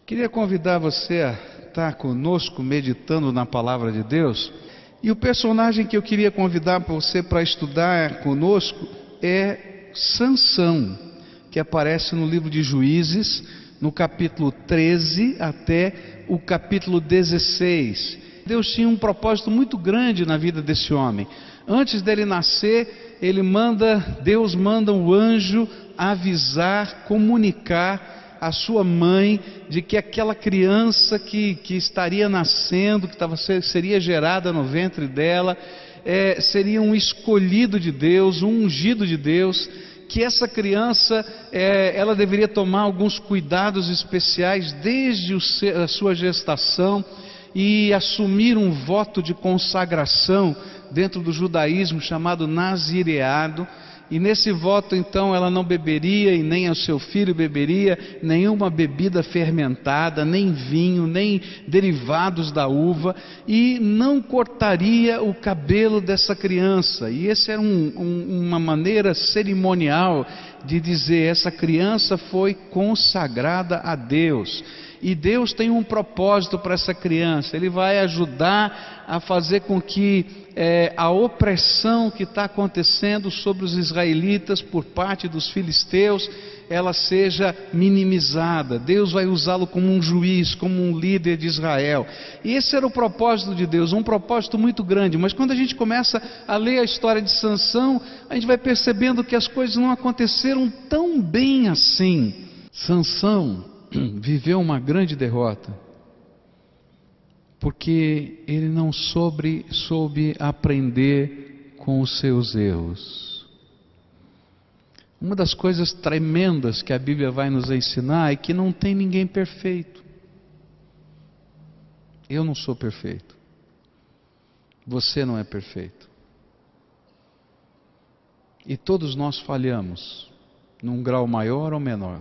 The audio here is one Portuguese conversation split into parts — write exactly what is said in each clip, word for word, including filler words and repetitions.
Queria convidar você a estar conosco meditando na palavra de Deus. E o personagem que eu queria convidar para você para estudar conosco é Sansão, que aparece no livro de Juízes, no capítulo treze até o capítulo dezesseis. Deus tinha um propósito muito grande na vida desse homem. Antes dele nascer, ele manda, Deus manda um anjo avisar, comunicar a sua mãe de que aquela criança que, que estaria nascendo, que tava, seria gerada no ventre dela, é, seria um escolhido de Deus, um ungido de Deus, que essa criança é, ela deveria tomar alguns cuidados especiais desde o, a sua gestação e assumir um voto de consagração dentro do judaísmo chamado nazireado. E nesse voto então ela não beberia, e nem o seu filho beberia nenhuma bebida fermentada, nem vinho, nem derivados da uva, e não cortaria o cabelo dessa criança. E essa era um, um, uma maneira cerimonial de dizer: essa criança foi consagrada a Deus. E Deus tem um propósito para essa criança. Ele vai ajudar a fazer com que é, a opressão que está acontecendo sobre os israelitas por parte dos filisteus, ela seja minimizada. Deus vai usá-lo como um juiz, como um líder de Israel. E esse era o propósito de Deus, um propósito muito grande. Mas quando a gente começa a ler a história de Sansão, a gente vai percebendo que as coisas não aconteceram tão bem assim. Sansão viveu uma grande derrota, porque ele não soube, soube aprender com os seus erros. Uma das coisas tremendas que a Bíblia vai nos ensinar é que não tem ninguém perfeito. Eu não sou perfeito, você não é perfeito, e todos nós falhamos, num grau maior ou menor.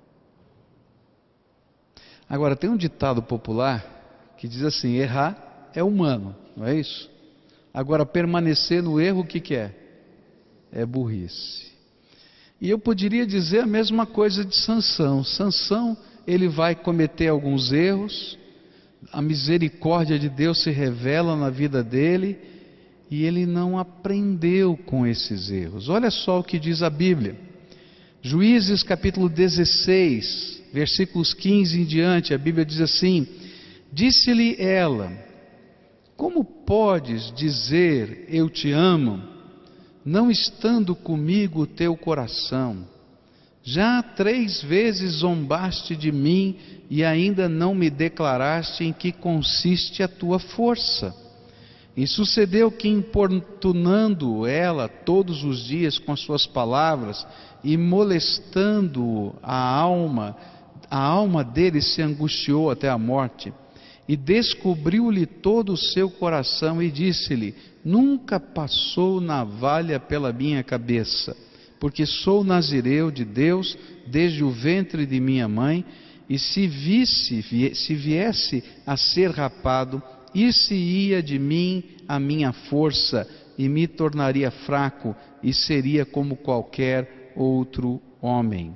Agora, tem um ditado popular que diz assim: errar é humano, não é isso? Agora, permanecer no erro, o que que é? É burrice. E eu poderia dizer a mesma coisa de Sansão. Sansão, ele vai cometer alguns erros, a misericórdia de Deus se revela na vida dele, e ele não aprendeu com esses erros. Olha só o que diz a Bíblia. Juízes capítulo dezesseis, versículos quinze em diante, a Bíblia diz assim: disse-lhe ela: como podes dizer eu te amo, não estando comigo o teu coração? Já três vezes zombaste de mim e ainda não me declaraste em que consiste a tua força. E sucedeu que, importunando ela todos os dias com as suas palavras e molestando a alma, a alma dele se angustiou até a morte, e descobriu-lhe todo o seu coração e disse-lhe: nunca passou navalha pela minha cabeça, porque sou nazireu de Deus desde o ventre de minha mãe, e se visse, se viesse a ser rapado, ir-se-ia de mim a minha força, e me tornaria fraco, e seria como qualquer outro homem.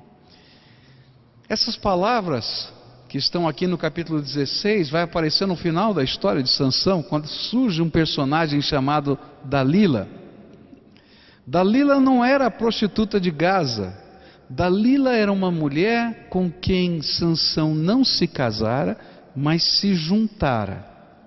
Essas palavras que estão aqui no capítulo dezesseis, vai aparecer no final da história de Sansão, quando surge um personagem chamado Dalila. Dalila não era a prostituta de Gaza. Dalila era uma mulher com quem Sansão não se casara, mas se juntara.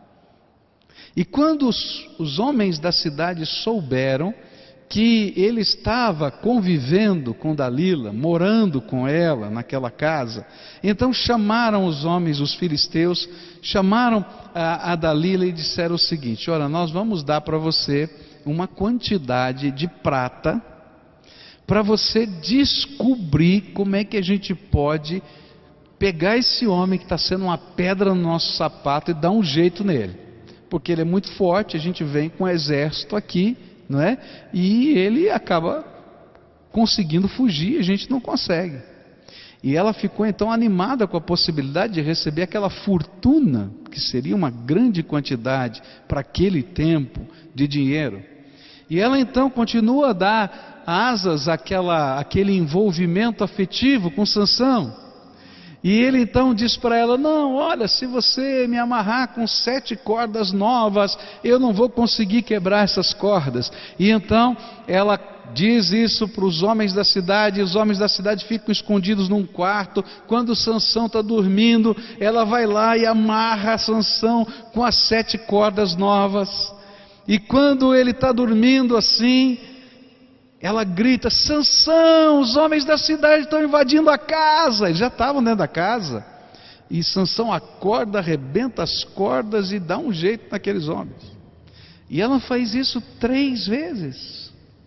E quando os, os homens da cidade souberam que ele estava convivendo com Dalila, morando com ela naquela casa, então chamaram os homens, os filisteus, chamaram a, a Dalila e disseram o seguinte: olha, nós vamos dar para você uma quantidade de prata, para você descobrir como é que a gente pode pegar esse homem que está sendo uma pedra no nosso sapato e dar um jeito nele. Porque ele é muito forte, a gente vem com um exército aqui, não é? E ele acaba conseguindo fugir, a gente não consegue. E ela ficou então animada com a possibilidade de receber aquela fortuna, que seria uma grande quantidade para aquele tempo de dinheiro. E ela então continua a dar asas àquela, àquele envolvimento afetivo com Sansão. E ele então diz para ela: não, olha, se você me amarrar com sete cordas novas, eu não vou conseguir quebrar essas cordas. E então ela diz isso para os homens da cidade, e os homens da cidade ficam escondidos num quarto. Quando Sansão está dormindo, ela vai lá e amarra Sansão com as sete cordas novas. E quando ele está dormindo assim, ela grita: Sansão, os homens da cidade estão invadindo a casa. Eles já estavam dentro da casa. E Sansão acorda, arrebenta as cordas e dá um jeito naqueles homens. E ela faz isso três vezes.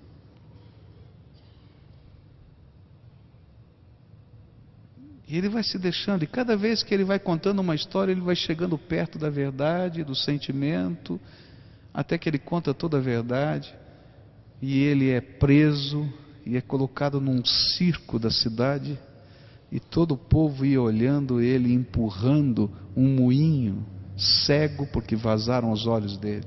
E ele vai se deixando, e cada vez que ele vai contando uma história, ele vai chegando perto da verdade, do sentimento, até que ele conta toda a verdade. E ele é preso e é colocado num circo da cidade, e todo o povo ia olhando ele empurrando um moinho, cego porque vazaram os olhos dele.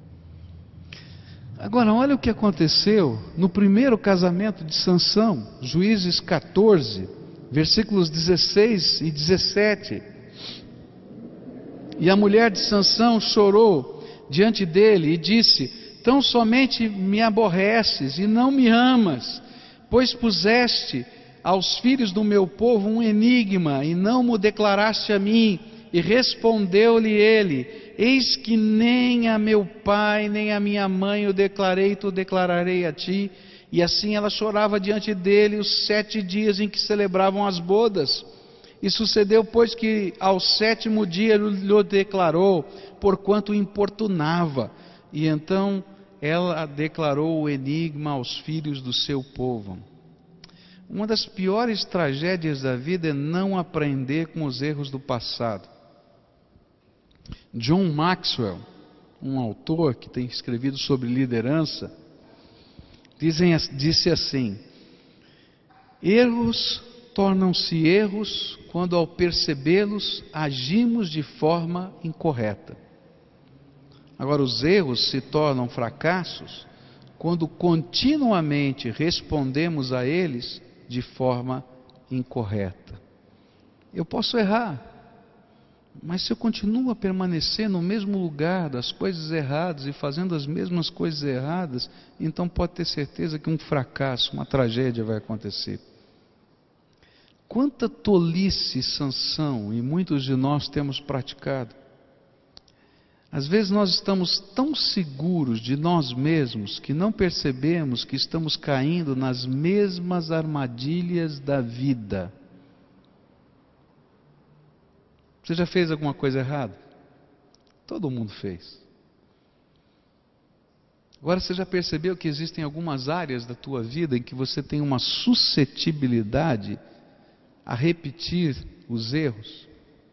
Agora olha o que aconteceu no primeiro casamento de Sansão, Juízes quatorze, versículos dezesseis e dezessete. E a mulher de Sansão chorou diante dele e disse: tão somente me aborreces e não me amas, pois puseste aos filhos do meu povo um enigma e não mo declaraste a mim. E respondeu-lhe ele: eis que nem a meu pai nem a minha mãe o declarei, tu declararei a ti. E assim ela chorava diante dele os sete dias em que celebravam as bodas. E sucedeu, pois, que ao sétimo dia lhe declarou, porquanto importunava. E então ela declarou o enigma aos filhos do seu povo. Uma das piores tragédias da vida é não aprender com os erros do passado. John Maxwell, um autor que tem escrevido sobre liderança, dizem, disse assim: erros tornam-se erros quando, ao percebê-los, agimos de forma incorreta. Agora, os erros se tornam fracassos quando continuamente respondemos a eles de forma incorreta. Eu posso errar, mas se eu continuo a permanecer no mesmo lugar das coisas erradas e fazendo as mesmas coisas erradas, então pode ter certeza que um fracasso, uma tragédia vai acontecer. Quanta tolice Sansão e muitos de nós temos praticado. Às vezes nós estamos tão seguros de nós mesmos que não percebemos que estamos caindo nas mesmas armadilhas da vida. Você já fez alguma coisa errada? Todo mundo fez. Agora você já percebeu que existem algumas áreas da tua vida em que você tem uma suscetibilidade a repetir os erros?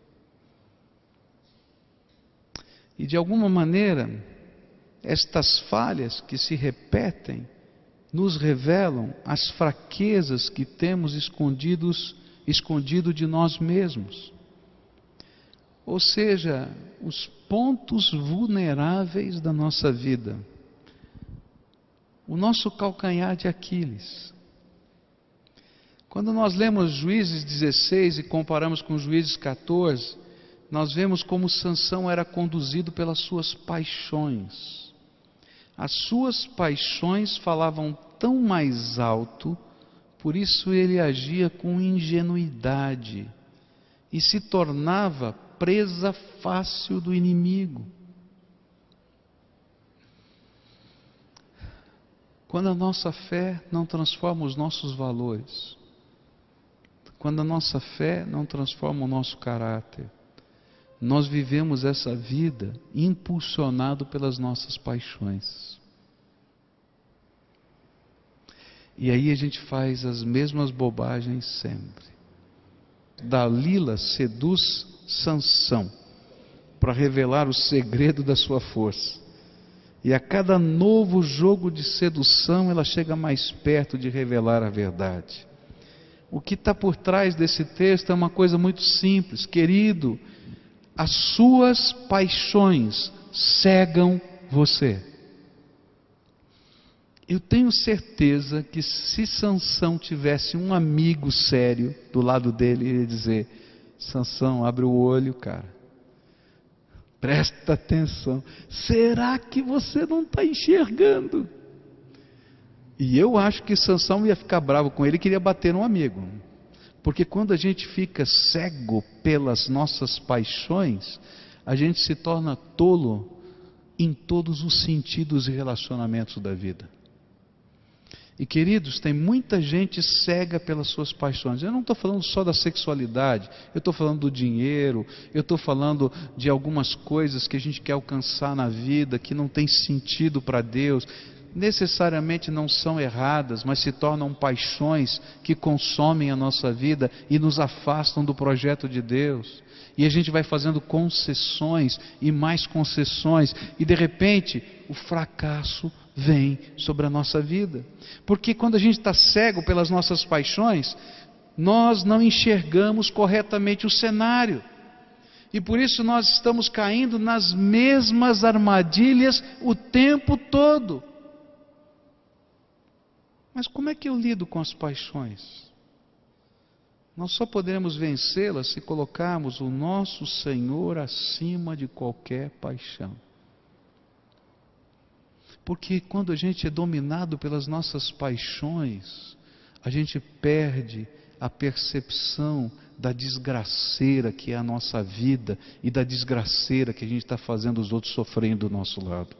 E de alguma maneira, estas falhas que se repetem nos revelam as fraquezas que temos escondidos, escondido de nós mesmos. Ou seja, os pontos vulneráveis da nossa vida. O nosso calcanhar de Aquiles. Quando nós lemos Juízes dezesseis e comparamos com Juízes quatorze, nós vemos como Sansão era conduzido pelas suas paixões. As suas paixões falavam tão mais alto, por isso ele agia com ingenuidade e se tornava presa fácil do inimigo. Quando a nossa fé não transforma os nossos valores, quando a nossa fé não transforma o nosso caráter, nós vivemos essa vida impulsionado pelas nossas paixões. E aí a gente faz as mesmas bobagens sempre. Dalila seduz Sansão para revelar o segredo da sua força. E a cada novo jogo de sedução ela chega mais perto de revelar a verdade. O que está por trás desse texto é uma coisa muito simples, querido. As suas paixões cegam você. Eu tenho certeza que se Sansão tivesse um amigo sério do lado dele, ele ia dizer: Sansão, abre o olho, cara. Presta atenção. Será que você não está enxergando? E eu acho que Sansão ia ficar bravo com ele e queria bater no amigo. Porque quando a gente fica cego pelas nossas paixões, a gente se torna tolo em todos os sentidos e relacionamentos da vida. E queridos, tem muita gente cega pelas suas paixões. Eu não estou falando só da sexualidade, eu estou falando do dinheiro, eu estou falando de algumas coisas que a gente quer alcançar na vida, que não tem sentido para Deus. Necessariamente não são erradas, mas se tornam paixões que consomem a nossa vida e nos afastam do projeto de Deus. E a gente vai fazendo concessões e mais concessões, e de repente o fracasso vem sobre a nossa vida. Porque quando a gente está cego pelas nossas paixões, nós não enxergamos corretamente o cenário. E por isso nós estamos caindo nas mesmas armadilhas o tempo todo. Mas como é que eu lido com as paixões? Nós só poderemos vencê-las se colocarmos o nosso Senhor acima de qualquer paixão. Porque quando a gente é dominado pelas nossas paixões, a gente perde a percepção da desgraceira que é a nossa vida e da desgraceira que a gente está fazendo os outros sofrendo do nosso lado.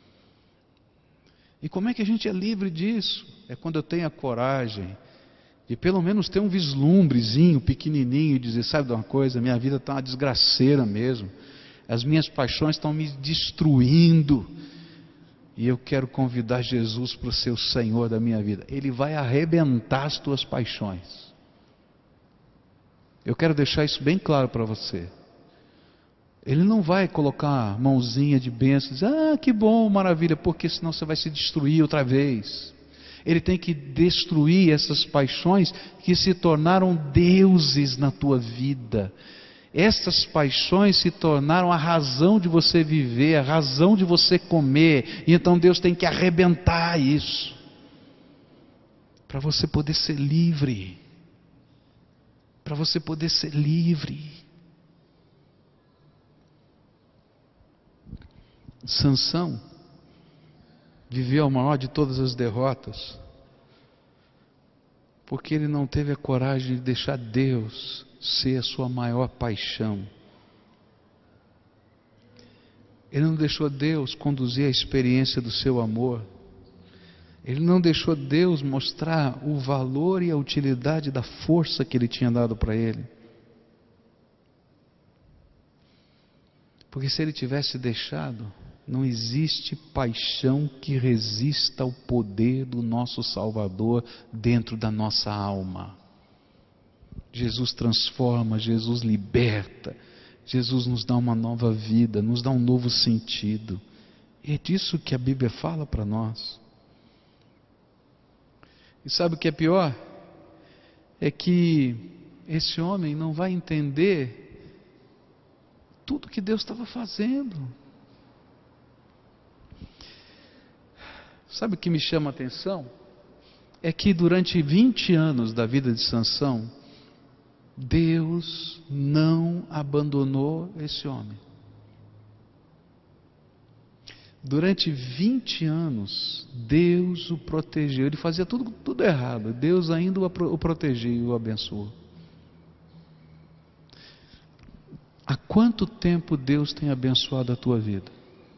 E como é que a gente é livre disso? É quando eu tenho a coragem de pelo menos ter um vislumbrezinho pequenininho e dizer, sabe de uma coisa, minha vida está uma desgraceira mesmo, as minhas paixões estão me destruindo, e eu quero convidar Jesus para ser o Senhor da minha vida. Ele vai arrebentar as tuas paixões. Eu quero deixar isso bem claro para você. Ele não vai colocar a mãozinha de bênção e dizer, ah, que bom, maravilha, porque senão você vai se destruir outra vez. Ele tem que destruir essas paixões que se tornaram deuses na tua vida. Essas paixões se tornaram a razão de você viver, a razão de você comer. E então Deus tem que arrebentar isso, para você poder ser livre. Para você poder ser livre. Sansão viveu a maior de todas as derrotas, porque ele não teve a coragem de deixar Deus ser a sua maior paixão. Ele não deixou Deus conduzir a experiência do seu amor. Ele não deixou Deus mostrar o valor e a utilidade da força que Ele tinha dado para ele. Porque se Ele tivesse deixado, não existe paixão que resista ao poder do nosso Salvador dentro da nossa alma. Jesus transforma, Jesus liberta, Jesus nos dá uma nova vida, nos dá um novo sentido. E é disso que a Bíblia fala para nós. E sabe o que é pior? É que esse homem não vai entender tudo que Deus estava fazendo. Sabe o que me chama a atenção? É que durante vinte anos da vida de Sansão, Deus não abandonou esse homem. Durante vinte anos, Deus o protegeu. Ele fazia tudo, tudo errado. Deus ainda o, o protegeu e o abençoou. Há quanto tempo Deus tem abençoado a tua vida?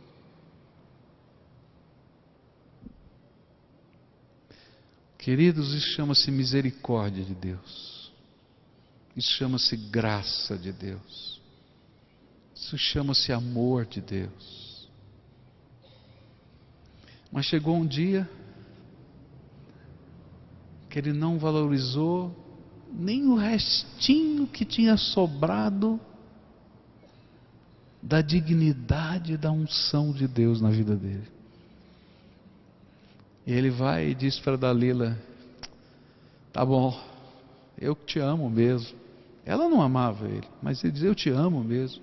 Queridos, isso chama-se misericórdia de Deus. Isso chama-se graça de Deus. Isso chama-se amor de Deus. Mas chegou um dia que ele não valorizou nem o restinho que tinha sobrado da dignidade e da unção de Deus na vida dele. E ele vai e diz para Dalila, tá bom, eu te amo mesmo. Ela não amava ele, mas ele diz, eu te amo mesmo.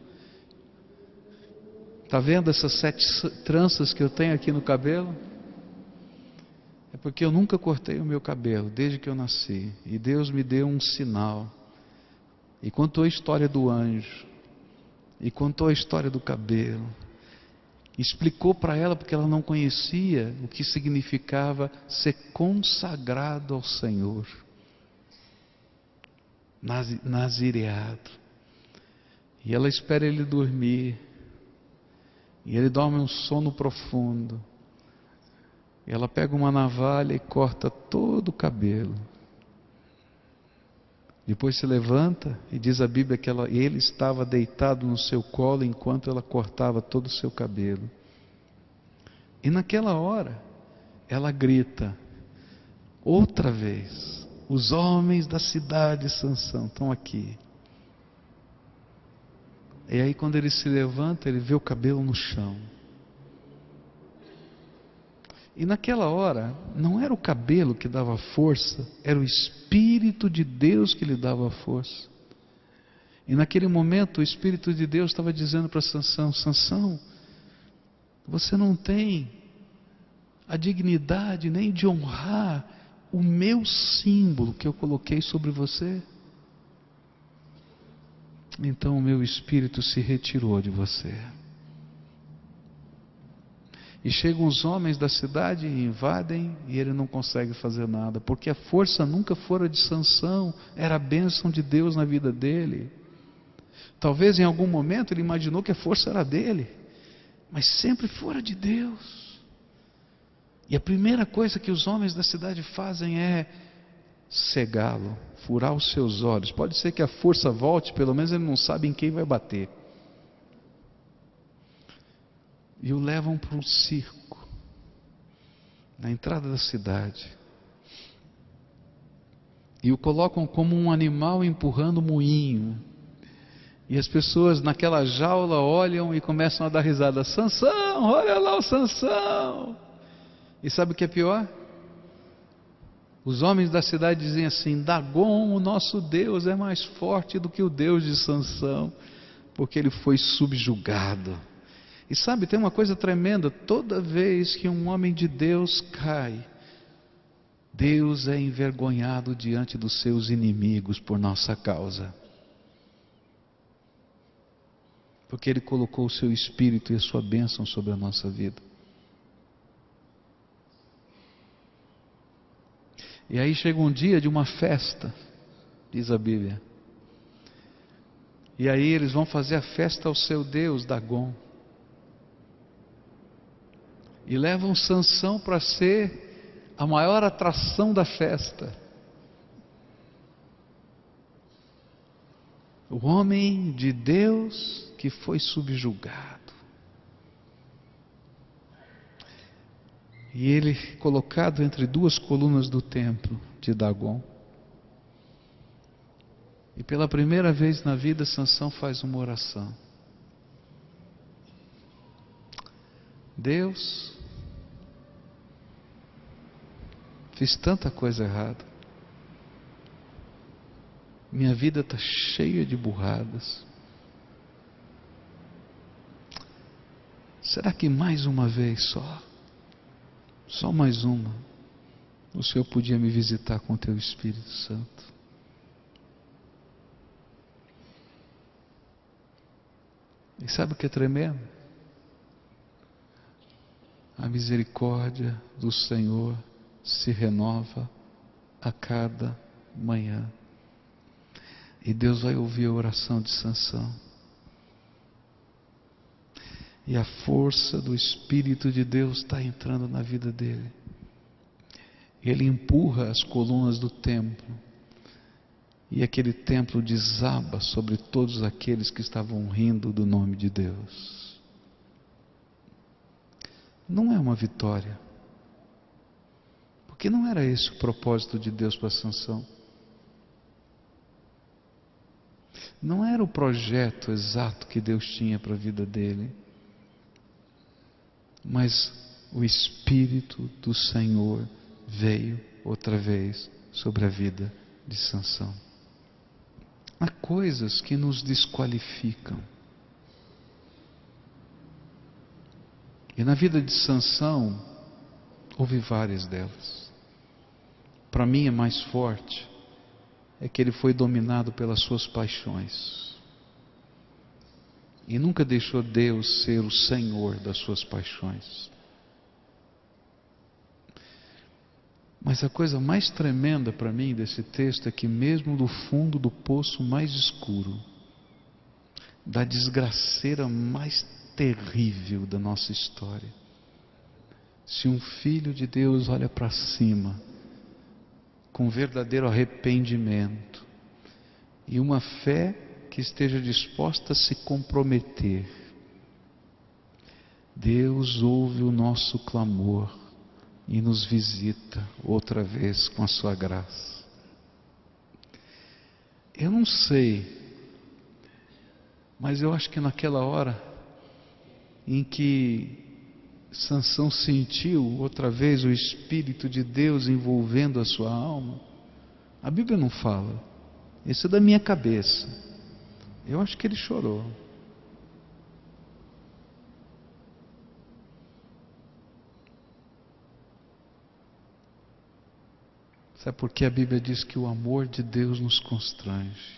Está vendo essas sete tranças que eu tenho aqui no cabelo? É porque eu nunca cortei o meu cabelo, desde que eu nasci. E Deus me deu um sinal. E contou a história do anjo. E contou a história do cabelo. Explicou para ela, porque ela não conhecia, o que significava ser consagrado ao Senhor. Nazireado. E ela espera ele dormir. E ele dorme um sono profundo. E ela pega uma navalha e corta todo o cabelo. Depois se levanta e diz a Bíblia que ela, ele estava deitado no seu colo enquanto ela cortava todo o seu cabelo. E naquela hora, ela grita, outra vez, os homens da cidade de Sansão estão aqui. E aí quando ele se levanta, ele vê o cabelo no chão. E naquela hora, não era o cabelo que dava força, era o Espírito de Deus que lhe dava força. E naquele momento, o Espírito de Deus estava dizendo para Sansão: Sansão, você não tem a dignidade nem de honrar o meu símbolo que eu coloquei sobre você. Então o meu Espírito se retirou de você. E chegam os homens da cidade e invadem, e ele não consegue fazer nada, porque a força nunca fora de Sansão, era a bênção de Deus na vida dele. Talvez em algum momento ele imaginou que a força era dele, mas sempre fora de Deus. E a primeira coisa que os homens da cidade fazem é cegá-lo, furar os seus olhos. Pode ser que a força volte, pelo menos ele não sabe em quem vai bater. E o levam para um circo, na entrada da cidade. E o colocam como um animal empurrando moinho. E as pessoas naquela jaula olham e começam a dar risada. Sansão, olha lá o Sansão. E sabe o que é pior? Os homens da cidade dizem assim: Dagon, o nosso Deus, é mais forte do que o Deus de Sansão, porque ele foi subjugado. E sabe, tem uma coisa tremenda: toda vez que um homem de Deus cai, Deus é envergonhado diante dos seus inimigos por nossa causa. Porque Ele colocou o seu Espírito e a sua bênção sobre a nossa vida. E aí chega um dia de uma festa, diz a Bíblia. E aí eles vão fazer a festa ao seu Deus, Dagon. E levam Sansão para ser a maior atração da festa. O homem de Deus que foi subjugado. E ele colocado entre duas colunas do templo de Dagon. E pela primeira vez na vida, Sansão faz uma oração. Deus, fiz tanta coisa errada. Minha vida está cheia de burradas. Será que mais uma vez só, só mais uma, o Senhor podia me visitar com o Teu Espírito Santo? E sabe o que é tremendo? A misericórdia do Senhor se renova a cada manhã. E Deus vai ouvir a oração de Sansão. E a força do Espírito de Deus está entrando na vida dele. Ele empurra as colunas do templo. E aquele templo desaba sobre todos aqueles que estavam rindo do nome de Deus. Não é uma vitória. Porque não era esse o propósito de Deus para Sansão. Não era o projeto exato que Deus tinha para a vida dele. Mas o Espírito do Senhor veio outra vez sobre a vida de Sansão. Há coisas que nos desqualificam. E na vida de Sansão, houve várias delas. Para mim a mais forte é que ele foi dominado pelas suas paixões. E nunca deixou Deus ser o Senhor das suas paixões. Mas a coisa mais tremenda para mim desse texto é que mesmo no fundo do poço mais escuro, da desgraceira mais terrível da nossa história, se um filho de Deus olha para cima, com verdadeiro arrependimento, e uma fé que esteja disposta a se comprometer, Deus ouve o nosso clamor e nos visita outra vez com a sua graça. Eu não sei, mas eu acho que naquela hora em que Sansão sentiu outra vez o Espírito de Deus envolvendo a sua alma, a Bíblia não fala, isso é da minha cabeça, eu acho que ele chorou. Sabe por que a Bíblia diz que o amor de Deus nos constrange?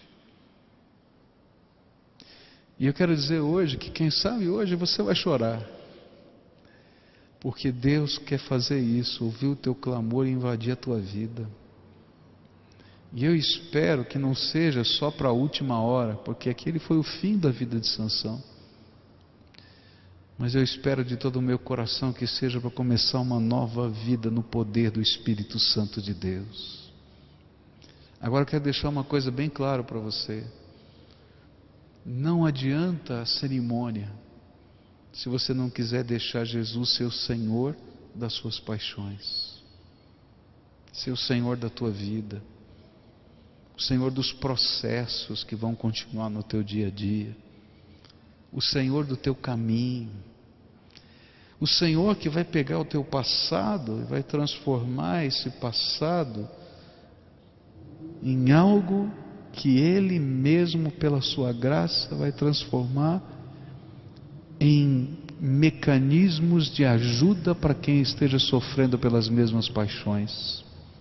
E eu quero dizer hoje que quem sabe hoje você vai chorar, porque Deus quer fazer isso, ouvir o teu clamor e invadir a tua vida. E eu espero que não seja só para a última hora, porque aquele foi o fim da vida de Sansão. Mas eu espero de todo o meu coração que seja para começar uma nova vida no poder do Espírito Santo de Deus. Agora eu quero deixar uma coisa bem clara para você. Não adianta a cerimônia se você não quiser deixar Jesus ser o Senhor das suas paixões, ser o Senhor da tua vida, o Senhor dos processos que vão continuar no teu dia a dia, o Senhor do teu caminho, o Senhor que vai pegar o teu passado e vai transformar esse passado em algo que Ele mesmo, pela sua graça, vai transformar em mecanismos de ajuda para quem esteja sofrendo pelas mesmas paixões.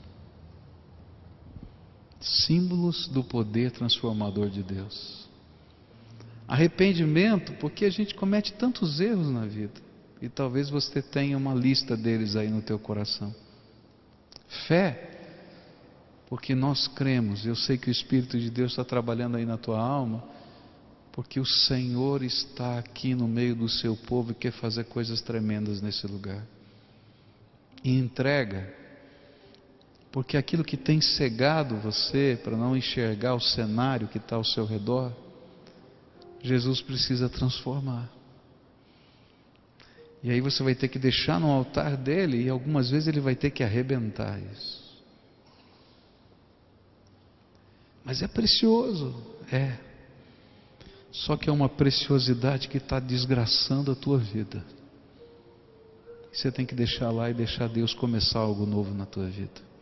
Símbolos do poder transformador de Deus. Arrependimento, porque a gente comete tantos erros na vida, e talvez você tenha uma lista deles aí no teu coração. Fé, porque nós cremos, eu sei que o Espírito de Deus está trabalhando aí na tua alma, porque o Senhor está aqui no meio do seu povo e quer fazer coisas tremendas nesse lugar. E entrega, porque aquilo que tem cegado você para não enxergar o cenário que está ao seu redor, Jesus precisa transformar. E aí você vai ter que deixar no altar dele, e algumas vezes ele vai ter que arrebentar isso. Mas é precioso, é. Só que é uma preciosidade que está desgraçando a tua vida. Você tem que deixar lá e deixar Deus começar algo novo na tua vida.